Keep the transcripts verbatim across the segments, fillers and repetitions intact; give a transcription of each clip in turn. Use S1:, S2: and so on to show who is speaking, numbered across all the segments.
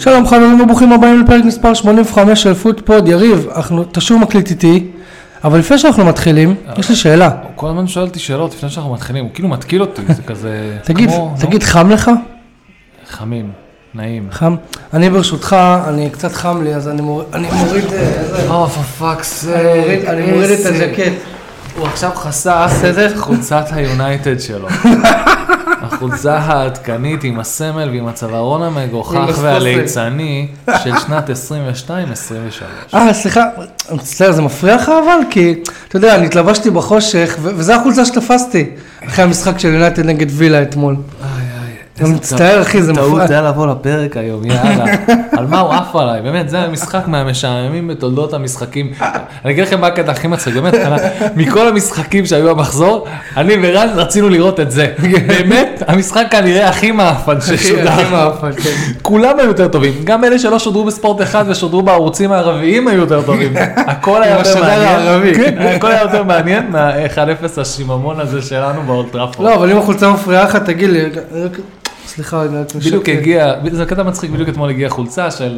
S1: שלום חברים וברוכים הבאים לפרק מספר שמונים וחמש של פוטפוד. יריב, אנחנו תשוב מקליט איתי, אבל לפני שאנחנו מתחילים, יש לי שאלה.
S2: הוא כל הזמן שואל אותי שאלות לפני שאנחנו מתחילים, הוא כאילו מתקיל אותי, זה כזה...
S1: תגיד, תגיד, חם לך?
S2: חמים, נעים.
S1: חם? אני ברשותך, אני קצת חם לי, אז אני מוריד... אני מוריד...
S2: או, פאקס,
S1: אני מוריד את הג'קט.
S2: הוא עכשיו חשף את חולצת היונייטד שלו. החולצה העדכנית עם הסמל ועם הצווארון המגוחך והליצני של שנת עשרים ושתיים עשרים ושלוש.
S1: אה, סליחה, מצטער, זה מפריע לך אבל? כי, אתה יודע, אני התלבשתי בחושך, וזו החולצה שתפסתי, אחרי המשחק של יונייטד נגד וילה אתמול. אני מצטער, אחי, זה מפריע.
S2: טעות היה לבוא לפרק היום, יאללה. על מה הוא עף עליי? באמת, זה המשחק מהמשעממים בתולדות המשחקים. אני אגיד לכם מה הקטע הכי מצחיק, באמת, מכל המשחקים שהיו במחזור, אני ורן רצינו לראות את זה. באמת, המשחק כנראה הכי מאפן ששודר. הכי מאפן, כן. כולם היו יותר טובים. גם אלה שלא שודרו בספורט אחד ושודרו בערוצים הערביים היו יותר טובים. הכל היה יותר מעניין. הכל היה יותר מעניין מה-אחד אפס השיממון הזה שלנו באולטראפורד.
S1: לא, אבל אם החולצה מפריעה לך, תגיד לי, סליחה,
S2: בדיוק הגיע, זה קטע מצחיק, בדיוק אתמול הגיעה חולצה של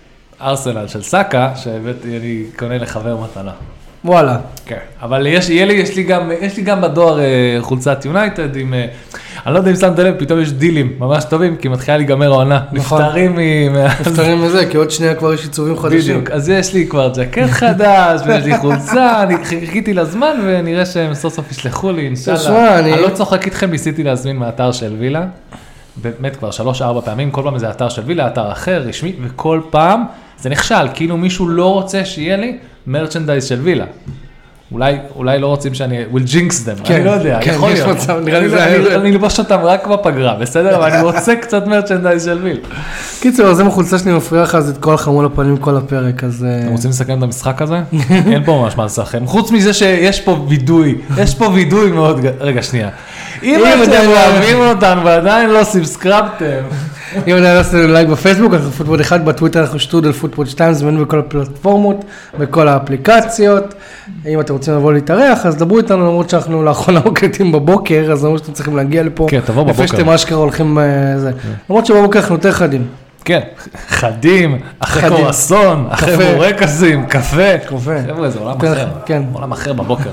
S2: ארסנל, של סאקה, שהבאתי, אני קונה לחבר מתנה.
S1: וואלה.
S2: כן, אבל יש, יהיה לי, יש לי גם, יש לי גם בדואר חולצת יונייטד עם, אני לא יודע אם שמת לב, פתאום יש דילים ממש טובים, כי מתחילה להיגמר העונה. נפטרים מ...
S1: נפטרים מזה, כי עוד שנייה כבר יש עיצובים חדשים.
S2: בדיוק, אז יש לי כבר ג'קט חדש, ויש לי חולצה, אני חיכיתי לזמן, ונראה שהם סוף סוף ישלחו לי, אינשאללה. אני לא צוחק איתכם, ניסיתי להזמין מהאתר של וילה. באמת כבר שלוש ארבע פעמים, כל פעם זה אתר של וילה, אתר אחר, רשמי, וכל פעם זה נכשל, כאילו מישהו לא רוצה שיהיה לי מרצ'נדייז של וילה. אולי, אולי לא רוצים שאני, will jinx them,
S1: כן,
S2: אני לא יודע,
S1: כן,
S2: יכול להיות.
S1: מצב, נראה לי
S2: אני,
S1: זה
S2: אני, אני לבוש אותם רק בפגרה, בסדר? אבל אני רוצה קצת מרצ'נדייז של וילה.
S1: קיצור, אז אם החולצה שלי מפריע לך, אז את כל החמול הפנים כל הפרק, אז...
S2: אתם רוצים לסכם את המשחק הזה? אין פה ממש מה לסכם. חוץ מזה שיש פה וידוי, יש פה וידוי מאוד... רגע, שנייה. אם אתם אוהבים אותנו ועדיין לא סאבסקרייבתם.
S1: אם עדיין לא עשינו לייק בפייסבוק, אנחנו פוטפוד אחד, בטוויטר אנחנו שטודל פוטפוד שתיים, זמנו בכל הפלטפורמות, בכל האפליקציות. אם אתם רוצים לבוא להתארח, אז דברו איתנו, למרות שאנחנו לאחרונה מקליטים בבוקר, אז למרות שאתם צריכים להגיע לפה.
S2: כן, תבוא בבוקר.
S1: לפני שאתם אשכרה הולכים זה. למרות שבבוקר אנחנו יותר חדים.
S2: כן, חדים, אחרי קורסון, אחרי בורקסים, קפה.
S1: קפה.
S2: חבר'ה, זה עולם אחר.
S1: כן.
S2: עולם אחר בבוקר.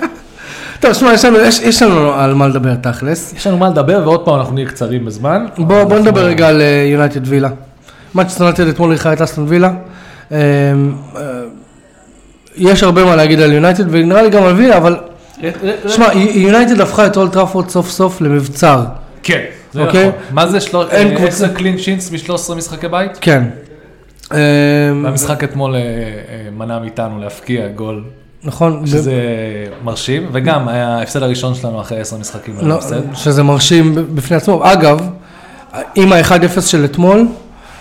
S1: טוב, שמע, יש לנו, יש, יש לנו על מה לדבר תכלס.
S2: יש לנו מה לדבר, ועוד פעם אנחנו נהיה קצרים בזמן.
S1: בוא, בוא נדבר רגע על יונייטד וילה. מאנצ'סטר יונייטד אתמול ריחה את אסטון וילה. יש הרבה מה להגיד על יונייטד, ונראה לי גם על וילה, אבל... שמע, יונייטד הפכה את אולד טראפורד סוף סוף למבצר.
S2: כן, זה נכון. מה זה עשר קלין שינס מ-שלושה עשר משחקי בית?
S1: כן.
S2: והמשחק אתמול מנע מאיתנו להפקיע גול.
S1: נכון.
S2: שזה מרשים, וגם היה ההפסד הראשון שלנו אחרי עשרה משחקים.
S1: לא, שזה מרשים בפני עצמו. אגב, עם ה-אחד אפס של אתמול,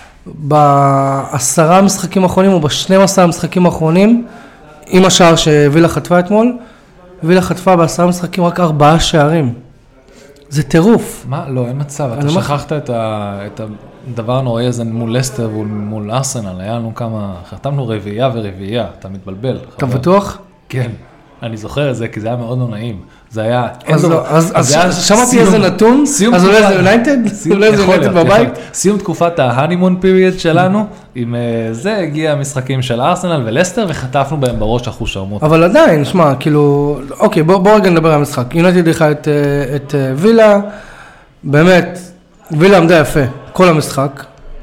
S1: בעשרה משחקים האחרונים, או ב-שנים עשר המשחקים האחרונים, עם השער שווילה חטפה אתמול, וילה חטפה בעשרה משחקים רק ארבעה שערים. זה טירוף.
S2: מה? לא, אין מצב. אתה שכחת את הדבר הנוראי הזה מול לסטר ומול ארסנל. היה לנו כמה, חתמנו רביעייה ורביעייה. אתה מתבלבל.
S1: אתה בטוח?
S2: כן. אני זוכר את זה, כי זה היה מאוד לא נעים. זה היה...
S1: אז שמעתי איזה נתון, אז אולי זה יונייטד? אולי זה יונייטד בבית?
S2: סיום תקופת ההנימון פיריוד שלנו, עם זה הגיע המשחקים של ארסנל ולסטר, וחטפנו בהם בראש אחוז שרמוט.
S1: אבל עדיין, שמע, כאילו, אוקיי, בוא רגע נדבר על המשחק. יונייטד ריחה את וילה, באמת, וילה עמדה יפה, כל המשחק.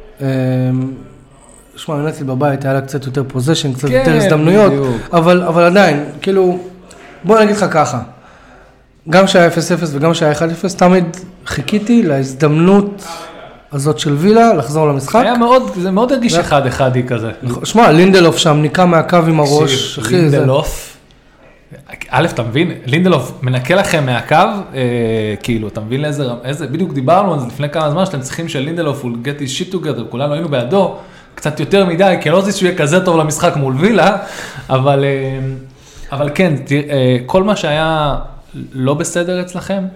S1: שמע, יונייטד בבית, היה לה קצת יותר פוזיישן, קצת יותר הזדמנויות, אבל עדיין, כאילו, בוא נגיד לך ככה, גם שהיה אפס אפס וגם שהיה אחד אפס, תמיד חיכיתי להזדמנות הזאת של וילה, לחזור למשחק.
S2: היה מאוד, זה מאוד הרגיש אחד אחד היא כזה.
S1: שמע, לינדלוף שם ניקה מהקו עם הראש.
S2: לינדלוף, א', אתה מבין, לינדלוף מנקה לכם מהקו, כאילו, אתה מבין לאיזה, בדיוק דיברנו על זה לפני כמה זמן, שאתם צריכים של לינדלוף הוא get his shit together, כולנו היינו בעדו, קצת יותר מדי, כי אני לא רוצה שהוא יהיה כזה טוב למשחק מול וילה, אבל, אבל כן, כל מה שהיה לא בסדר אצלכם,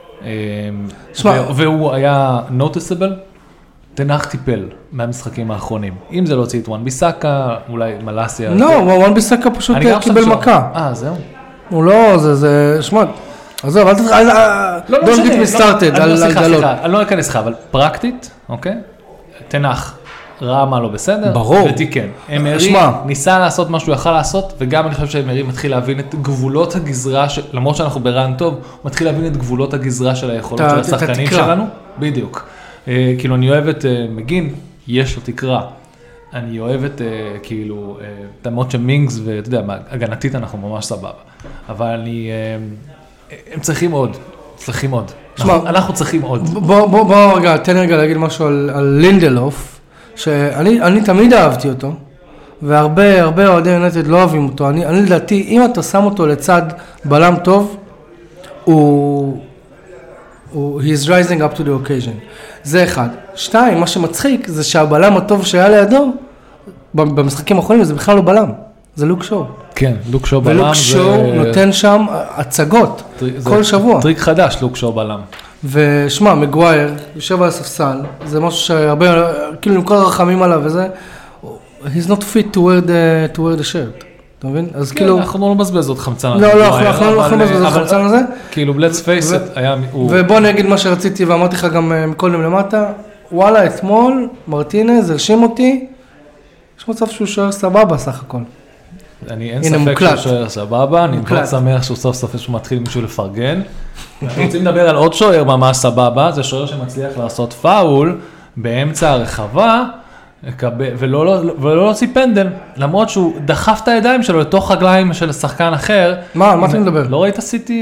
S2: והוא היה noticeable, תנח טיפל מהמשחקים האחרונים. אם זה לא הוציא את וואן ביסאקה, אולי מלאסיה.
S1: לא, וואן ביסאקה פשוט קיבל מכה.
S2: אה, זהו.
S1: הוא לא, זה, שמע, אז זהו, אל תתחיל, don't get me started על גלות.
S2: אני לא אכנס לך, אבל פרקטית, אוקיי? תנח. ראה מה לא בסדר,
S1: ברור.
S2: ותיקן. אמרי ניסה לעשות מה שהוא יכל לעשות, וגם אני חושב שאמרי מתחיל להבין את גבולות הגזרה, למרות שאנחנו ברען טוב, הוא מתחיל להבין את גבולות הגזרה של היכולות של השחקנים שלנו. בדיוק. כאילו אני אוהב את מגין, יש לו תקרה. אני אוהב את כאילו, תמות שמינגס, ואתה יודע, הגנתית אנחנו ממש סבבה. אבל אני, הם צריכים עוד, צריכים עוד. אנחנו צריכים עוד.
S1: בוא רגע, תן רגע להגיד משהו על לינדלוף, שאני תמיד אהבתי אותו, והרבה, הרבה אוהדי יונייטד לא אוהבים אותו. אני לדעתי, אם אתה שם אותו לצד בלם טוב, הוא... he's rising up to the occasion. זה אחד. שתיים, מה שמצחיק זה שהבלם הטוב שהיה לידו, במשחקים האחרונים זה בכלל לא בלם, זה לוק שואו.
S2: כן, לוק שואו בלם.
S1: ולוק שואו נותן שם הצגות כל שבוע.
S2: טריק חדש, לוק שואו בלם.
S1: ושמע, מגווייר, יושב על הספסל, זה משהו שהרבה, כאילו עם כל הרחמים עליו וזה, he's not fit to wear the, to wear the shirt. אתה מבין? אז כאילו...
S2: כן, אנחנו לא מבזבז עוד חמצן.
S1: לא, לא, אנחנו לא מבזבז עוד חמצן הזה.
S2: כאילו, let's face it, היה...
S1: ובוא נגיד מה שרציתי, ואמרתי לך גם מקודם למטה, וואלה, אתמול, מרטינז, הרשים אותי, יש מצב שהוא שוער סבבה סך הכל.
S2: אני אין ספק שהוא שוער סבבה, אני מאוד שמח שהוא סוף סוף שהוא מתחיל מישהו לפרגן. אנחנו רוצים לדבר על עוד שוער ממש סבבה, זה שוער שמצליח לעשות פאול באמצע הרחבה, ולא להוציא פנדל, למרות שהוא דחף את הידיים שלו לתוך רגליים של שחקן אחר.
S1: מה, מה אתה מדבר?
S2: לא ראית סיטי,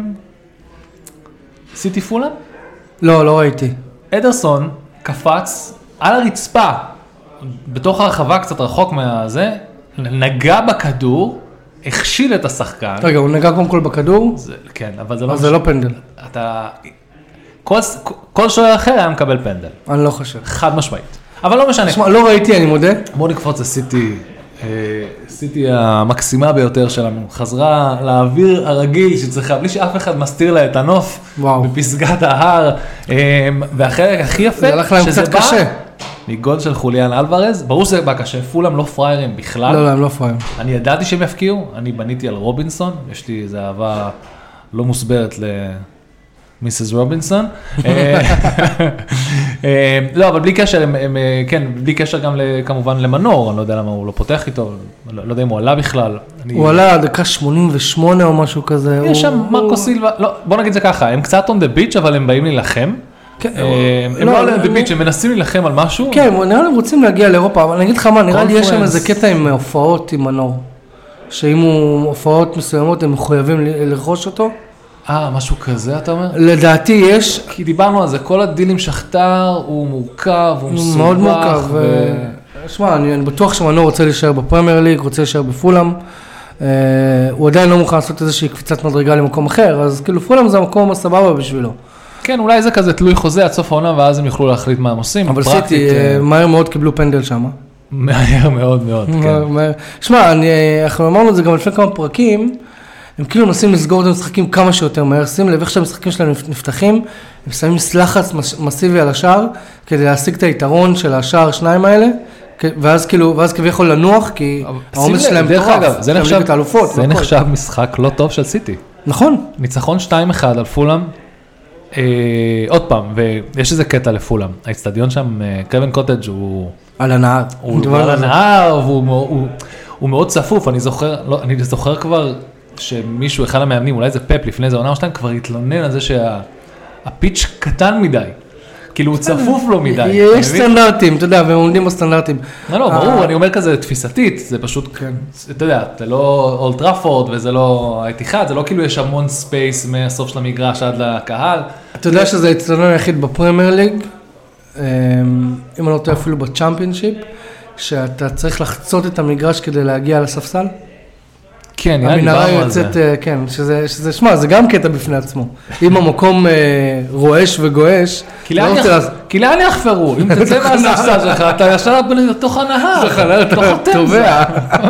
S2: סיטי פולאם?
S1: לא, לא ראיתי.
S2: אדרסון קפץ על הרצפה, בתוך הרחבה קצת רחוק מהזה, נגע בכדור, הכשיל את השחקן.
S1: רגע, הוא נגע קודם כל בכדור?
S2: כן, אבל זה לא...
S1: אז זה לא פנדל.
S2: אתה... כל שוער אחר היה מקבל פנדל.
S1: אני לא חושב.
S2: חד משמעית. אבל לא משנה.
S1: תשמע, לא ראיתי, אני מודה.
S2: בוא נקפוץ לסיטי, סיטי המקסימה ביותר שלנו. חזרה לאוויר הרגיל שצריכה, בלי שאף אחד מסתיר לה את הנוף, בפסגת ההר, והחלק הכי יפה,
S1: זה הלך להם קצת קשה.
S2: מגול של חוליאן אלוורז, ברור שזה בא קשה, פולאם לא פריירים בכלל.
S1: לא, לא, הם לא פריירים.
S2: אני ידעתי שהם יפקיעו, אני בניתי על רובינסון, יש לי איזו אהבה לא מוסברת ל... מיסס רובינסון. לא, אבל בלי קשר, כן, בלי קשר גם כמובן למנור, אני לא יודע למה הוא לא פותח איתו, לא יודע אם הוא עלה בכלל.
S1: הוא עלה דקה שמונים ושמונה או משהו כזה.
S2: יש שם מרקו סילבה, לא, בוא נגיד זה ככה, הם קצת on the beach, אבל הם באים להילחם. הם לא on the beach, הם מנסים להילחם על משהו.
S1: כן, נראה לי הם רוצים להגיע לאירופה, אבל אני אגיד לך מה, נראה לי יש שם איזה קטע עם הופעות עם מנור, שאם הוא הופעות מסוימות, הם מחויבים לרכוש אותו.
S2: אה, משהו כזה, אתה אומר?
S1: לדעתי יש...
S2: כי דיברנו על זה, כל הדיל עם שכתר הוא מורכב, הוא מסובך.
S1: מאוד מורכב. שמע, אני בטוח שמנור רוצה להישאר בפרמייר ליג, רוצה להישאר בפולאם. הוא עדיין לא מוכן לעשות איזושהי קפיצת מדרגה למקום אחר, אז כאילו פולאם זה המקום הסבבה בשבילו.
S2: כן, אולי זה כזה תלוי חוזה עד סוף העונה, ואז הם יוכלו להחליט מה הם עושים.
S1: אבל סיטי, מהר מאוד קיבלו פנדל שם.
S2: מהר מאוד מאוד, כן.
S1: שמע, אנחנו אמרנו את זה גם לפני כמה פרקים, הם כאילו נוסעים לסגור את המשחקים כמה שיותר מהר, שים לב איך שהמשחקים שלהם נפתחים, הם שמים לחץ מסיבי על השער, כדי להשיג את היתרון של השער שניים האלה, ואז כאילו, ואז כביכול לנוח, כי העומס שלהם טרף,
S2: זה נחשב, זה נחשב משחק לא טוב של סיטי.
S1: נכון.
S2: ניצחון שתיים אחד על פולאם, עוד פעם, ויש איזה קטע לפולאם, האצטדיון שם, קרבן קוטג' הוא...
S1: על הנהר.
S2: הוא על הנהר, והוא מאוד צפוף, אני זוכר, אני זוכר כבר, שמישהו, אחד המאמנים, אולי זה פפ לפני זה עונה או שתיים, כבר התלונן על זה שהפיץ' קטן מדי. כאילו הוא צפוף לו מדי.
S1: יש סטנדרטים, אתה יודע, והם עומדים בסטנדרטים.
S2: לא, לא, ברור, אני אומר כזה תפיסתית, זה פשוט, אתה יודע, זה לא אולד טראפורד וזה לא האתיחד, זה לא כאילו יש המון ספייס מהסוף של המגרש עד לקהל.
S1: אתה יודע שזה ההצטדיון היחיד בפרמייר ליג, אם אני לא טועה אפילו בצ'אמפיונשיפ, שאתה צריך לחצות את המגרש כדי להגיע לספסל.
S2: כן, נראה לי דיברנו על זה.
S1: כן, שזה, שזה, שמה, זה גם קטע בפני עצמו. אם המקום רועש וגועש,
S2: כי לאן יחפרו? אם תצא מהספסל שלך, אתה ישר לתוך הנהר, לתוך הטבע.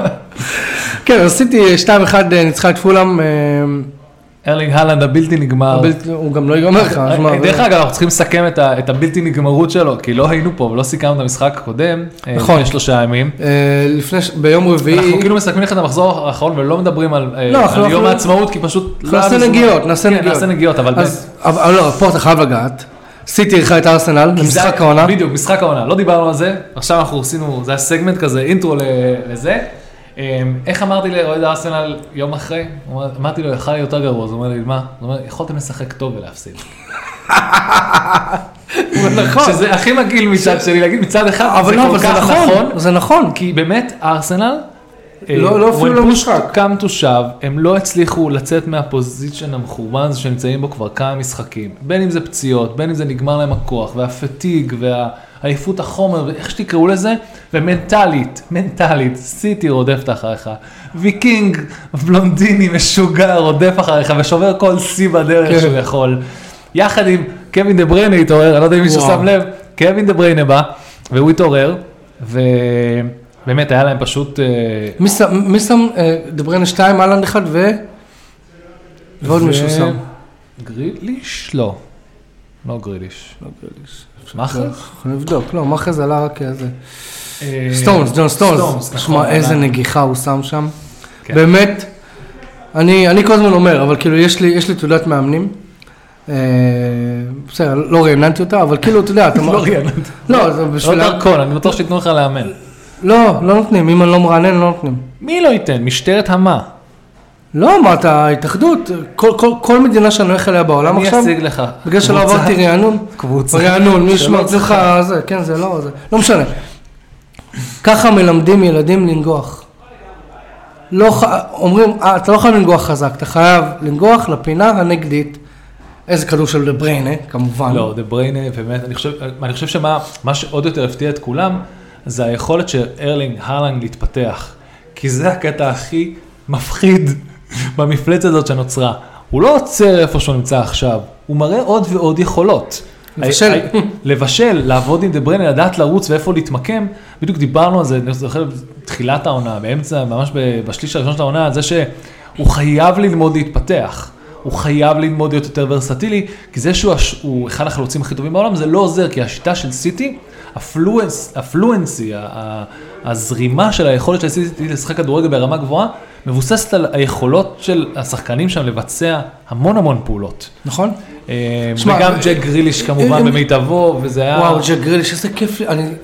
S1: כן, עשיתי שתיים אחד ניצחה את פולאם.
S2: ארלינג הלנד הבלתי נגמר.
S1: הוא גם לא ייגמר לך.
S2: דרך אגב, אנחנו צריכים לסכם את הבלתי נגמרות שלו, כי לא היינו פה ולא סיכמנו את המשחק הקודם, לפני שלושה ימים.
S1: ביום רביעי.
S2: אנחנו כאילו מסכמים לך את המחזור האחרון ולא מדברים על יום העצמאות, כי פשוט...
S1: נעשה נגיעות, נעשה נגיעות.
S2: נעשה נגיעות, אבל...
S1: לא, פה אתה חייב לגעת. סיטי אירחה את ארסנל, במשחק העונה.
S2: בדיוק, משחק העונה, לא דיברנו על זה, עכשיו אנחנו עשינו, זה היה סגמנט כזה, אינטרו לזה. איך אמרתי לאוהד ארסנל יום אחרי? אמרתי לו, יכל לי יותר גרוע, הוא אומר לי, מה? הוא אומר, יכולתם לשחק טוב ולהפסיד. שזה הכי מגעיל מצד שלי, להגיד מצד אחד, זה כל כך נכון.
S1: זה נכון.
S2: כי באמת, ארסנל,
S1: לא אפילו לא משחק.
S2: קם תושב, הם לא הצליחו לצאת מהפוזיצ'ן המחורבן הזה שנמצאים בו כבר כמה משחקים. בין אם זה פציעות, בין אם זה נגמר להם הכוח, והפטיג, והעייפות החומר, ואיך שתקראו לזה, ומנטלית, מנטלית, סיטי רודפת אחריך, ויקינג, בלונדיני משוגע רודף אחריך, ושובר כל שיא בדרך שהוא יכול. יחד עם קווין דה בריינה התעורר, אני לא יודע אם מישהו שם לב, קווין דה בריינה בא, והוא התעורר, ובאמת היה להם פשוט...
S1: מי שם דה בריינה שתיים, אלן אחד ו... ועוד מישהו שם.
S2: גריליש? לא. לא גריליש.
S1: לא גריליש.
S2: מחז?
S1: אנחנו נבדוק, לא, מחז עלה רק איזה... סטונס, ג'ון סטונס. שמע, איזה נגיחה הוא שם שם. באמת, אני כל הזמן אומר, אבל כאילו יש לי תעודת מאמנים. בסדר, לא רעננתי אותה, אבל כאילו, אתה יודע, אתה...
S2: לא רעננתי.
S1: לא, זה בשביל...
S2: לא דרכון, אני בטוח שתתנו לך לאמן.
S1: לא, לא נותנים, אם אני לא מרענן, לא נותנים.
S2: מי לא ייתן? משטרת המה.
S1: לא, מה, אתה התאחדות, כל מדינה שאני הולך אליה בעולם עכשיו...
S2: אני אשיג לך.
S1: בגלל שלא עברתי רענון.
S2: קבוצה.
S1: רענון, מי ישמע לך, זה, כן, זה לא, זה... לא משנה. ככה מלמדים ילדים לנגוח. לא, אומרים, אתה לא חייב לנגוח חזק, אתה חייב לנגוח לפינה הנגדית. איזה כדור של דה בריינה, כמובן.
S2: לא, דה בריינה, באמת, אני חושב, אני חושב שמה, מה שעוד יותר הפתיע את כולם, זה היכולת של ארלינג הרלנד להתפתח. כי זה הקטע הכי מפחיד במפלצת הזאת שנוצרה. הוא לא עוצר איפה שהוא נמצא עכשיו, הוא מראה עוד ועוד יכולות.
S1: לבשל.
S2: לבשל, לעבוד עם דה בריינה, לדעת לרוץ ואיפה להתמקם. בדיוק דיברנו על זה, אני זוכר בתחילת העונה, באמצע, ממש בשליש הראשון של העונה, על זה שהוא חייב ללמוד להתפתח. הוא חייב ללמוד להיות יותר ורסטילי, כי זה שהוא אחד החלוצים הכי טובים בעולם, זה לא עוזר, כי השיטה של סיטי, הפלואנסי, הזרימה של היכולת של סיטי לשחק כדורגל ברמה גבוהה, מבוססת על היכולות של השחקנים שם לבצע המון המון פעולות.
S1: נכון.
S2: וגם ג'ק גריליש כמובן במיטבו, וזה היה...
S1: וואו, ג'ק גריליש, איזה כיף לי, אני...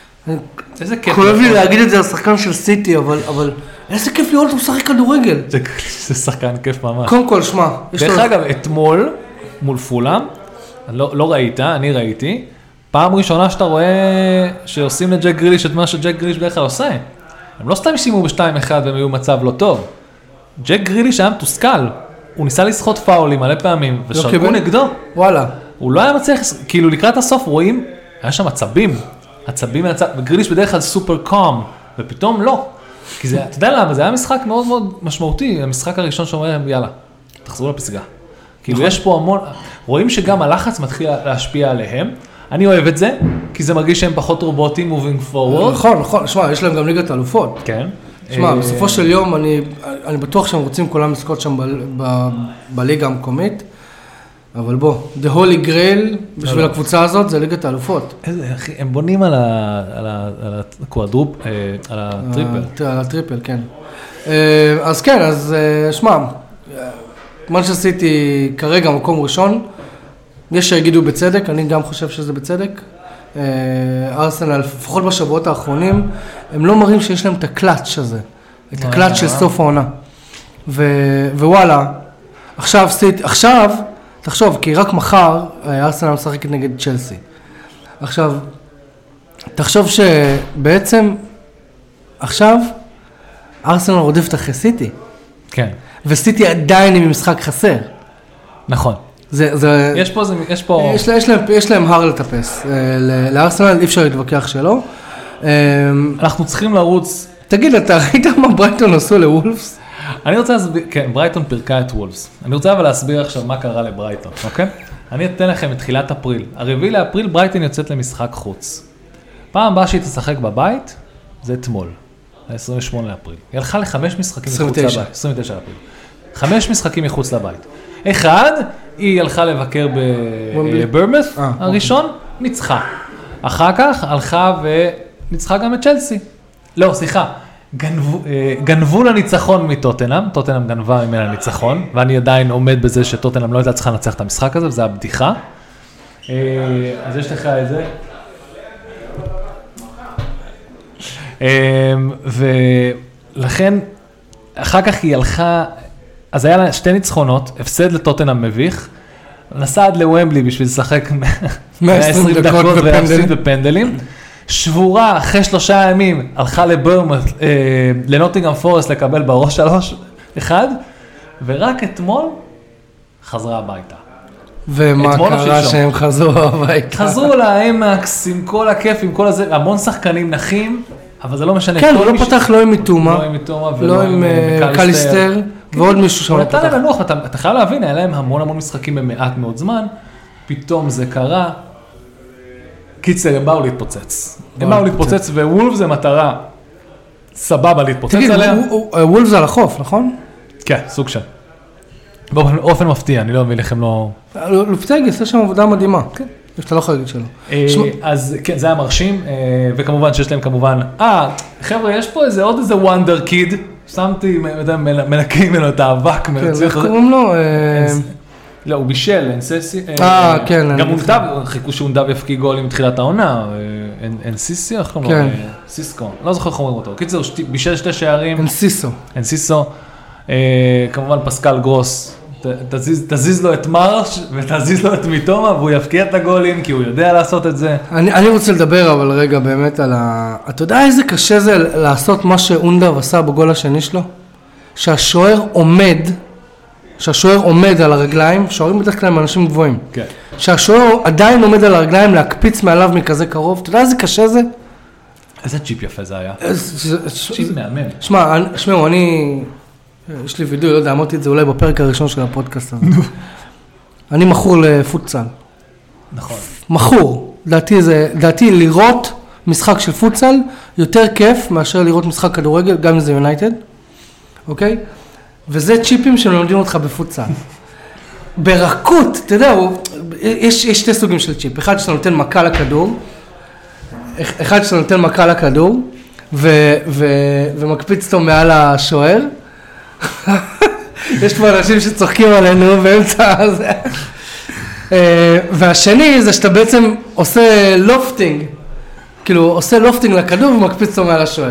S2: איזה כיף.
S1: כואב לי להגיד את זה על שחקן של סיטי, אבל... איזה כיף לראות הוא משחק כדורגל.
S2: זה שחקן כיף ממש.
S1: קודם כל, שמע.
S2: דרך אגב, אתמול, מול פולאם, לא ראית, אני ראיתי, פעם ראשונה שאתה רואה שעושים לג'ק גריליש את מה שג'ק גריליש בדרך כלל עושה. הם לא סתם שימו ב-שתיים אחד והם היו מצב לא טוב. ג'ק גריליש היה מתוסכל. הוא ניסה לשחות פאולים מלא פעמים, ושרקו נגדו.
S1: וואלה.
S2: הוא לא היה מצליח, כאילו לקראת הסוף רואים, היה שם עצבים. עצבים מהצב, וגריליש בדרך כלל סופר קום, ופתאום לא. כי זה, אתה יודע למה, זה היה משחק מאוד מאוד משמעותי, המשחק הראשון שאומר להם, יאללה, תחזרו לפסגה. כאילו יש פה המון, רואים שגם הלחץ מתחיל להשפיע עליהם, אני אוהב את זה, כי זה מרגיש שהם פחות רובוטים, moving forward.
S1: נכון, נכון, שמע, יש להם גם ליגת אלופות.
S2: כן.
S1: שמע, בסופו של יום, אני, אני בטוח שהם רוצים כולם לזכות שם ב, ב, בליגה המקומית, אבל בוא, the holy grail בשביל הקבוצה הזאת זה ליגת האלופות.
S2: איזה, אחי, הם בונים על הקואדרופ, על הטריפל.
S1: על הטריפל, כן. אז כן, אז שמע, מנצ'סטר סיטי כרגע מקום ראשון, יש שיגידו בצדק, אני גם חושב שזה בצדק. ארסנל, לפחות בשבועות האחרונים, הם לא מראים שיש להם את הקלאץ' הזה, את הקלאץ' של סוף העונה. ווואלה, עכשיו סיטי, עכשיו, תחשוב, כי רק מחר ארסנל משחקת נגד צ'לסי. עכשיו, תחשוב שבעצם, עכשיו, ארסנל רודפת אחרי סיטי.
S2: כן.
S1: וסיטי עדיין עם משחק חסר.
S2: נכון.
S1: זה, זה...
S2: יש פה, זה, יש פה...
S1: יש, יש להם, יש להם הר לטפס. לארסנל אי אפשר להתווכח שלא.
S2: אנחנו צריכים לרוץ...
S1: תגיד, אתה ראית מה ברייטון עשו לוולפס?
S2: אני רוצה להסביר, כן, ברייטון פירקה את וולפס. אני רוצה אבל להסביר עכשיו מה קרה לברייטון, אוקיי? אני אתן לכם את תחילת אפריל. הרביעי לאפריל ברייטון יוצאת למשחק חוץ. פעם הבאה שהיא תשחק בבית, זה אתמול, ה-עשרים ושמונה לאפריל. היא הלכה לחמש משחקים מחוץ לבית. עשרים ותשע לאפריל. חמש משחקים מחוץ לבית. אחד, היא הלכה לבקר בברמת הראשון, ניצחה. אחר כך הלכה וניצחה גם את צ'לסי. לא, סליחה. גנבו, גנבו לניצחון מטוטנאם, טוטנאם גנבה ממנה ניצחון, ואני עדיין עומד בזה שטוטנאם לא הייתה צריכה לנצח את המשחק הזה, וזה הבדיחה. אז יש לך את זה. ולכן, אחר כך היא הלכה, אז היה לה שתי ניצחונות, הפסד לטוטנהאם מביך, נסע עד לוומבלי בשביל לשחק מאה ועשרים דקות ולהפסיד בפנדלים, שבורה אחרי שלושה ימים, הלכה לבורנמות', לנוטינגהאם פורסט לקבל בראש שלוש, אחד, ורק אתמול חזרה הביתה.
S1: ומה קרה שהם חזרו הביתה?
S2: חזרו לאמקס עם כל הכיף, עם כל הזה, המון שחקנים נחים, אבל זה לא משנה.
S1: כן, הוא לא פתח לא עם מיטומה,
S2: לא עם מיטומה
S1: ולא עם קליסטר, ועוד מישהו שם
S2: לא פתח. הוא נתן להם לנוח, אתה חייב להבין, היה להם המון המון משחקים במעט מאוד זמן, פתאום זה קרה, קיצר, הם באו להתפוצץ. הם באו להתפוצץ, ווולף זה מטרה סבבה להתפוצץ עליה.
S1: תגיד, וולף זה על החוף, נכון?
S2: כן, סוג של. באופן מפתיע, אני לא מבין איך הם לא...
S1: לופטגי עושה שם עבודה מדהימה. כן. שאתה לא יכול להגיד שלא.
S2: אז כן, זה היה מרשים, וכמובן שיש להם כמובן, אה, חבר'ה, יש פה איזה עוד איזה וונדר קיד, שמתי, מנקים ממנו את האבק.
S1: כן, איך קוראים לו?
S2: לא, הוא בישל, אנססי.
S1: אה, כן.
S2: גם אונדב, חיכו שאונדב יפקיע גול עם תחילת העונה, אנסיסי, איך קוראים לו? סיסקו, לא זוכר איך אומרים אותו. קיצר, בישל שתי שערים.
S1: אנסיסו.
S2: אנסיסו. כמובן פסקל גרוס, תזיז, תזיז לו את מרש ותזיז לו את מיטומה והוא יפקיע את הגולים כי הוא יודע לעשות את זה.
S1: אני, אני רוצה לדבר אבל רגע באמת על ה... אתה יודע איזה קשה זה לעשות מה שאונדב עשה בגול השני שלו? שהשוער עומד, שהשוער עומד על הרגליים, שוערים בדרך כלל הם אנשים גבוהים.
S2: כן. שהשוער
S1: עדיין עומד על הרגליים להקפיץ מעליו מכזה קרוב, אתה יודע איזה קשה זה?
S2: איזה צ'יפ יפה זה היה. צ'יפ מהמם.
S1: שמע, שמעו, אני... יש לי וידאו, לא יודע, אמרתי את זה אולי בפרק הראשון של הפודקאסט הזה. אני מכור לפוטסל.
S2: נכון.
S1: מכור. דעתי זה, דעתי לראות משחק של פוטסל יותר כיף מאשר לראות משחק כדורגל, גם אם זה יונייטד. אוקיי? וזה צ'יפים שלומדים אותך בפוטסל. ברכות, אתה יודע, יש, יש שתי סוגים של צ'יפ. אחד שאתה נותן מכה לכדור, אחד שאתה נותן מכה לכדור, ו, ו, ומקפיץ אותו מעל השוער, יש פה אנשים שצוחקים עלינו באמצע הזה. והשני זה שאתה בעצם עושה לופטינג, כאילו עושה לופטינג לכדור ומקפיץ אותו מעל השוער.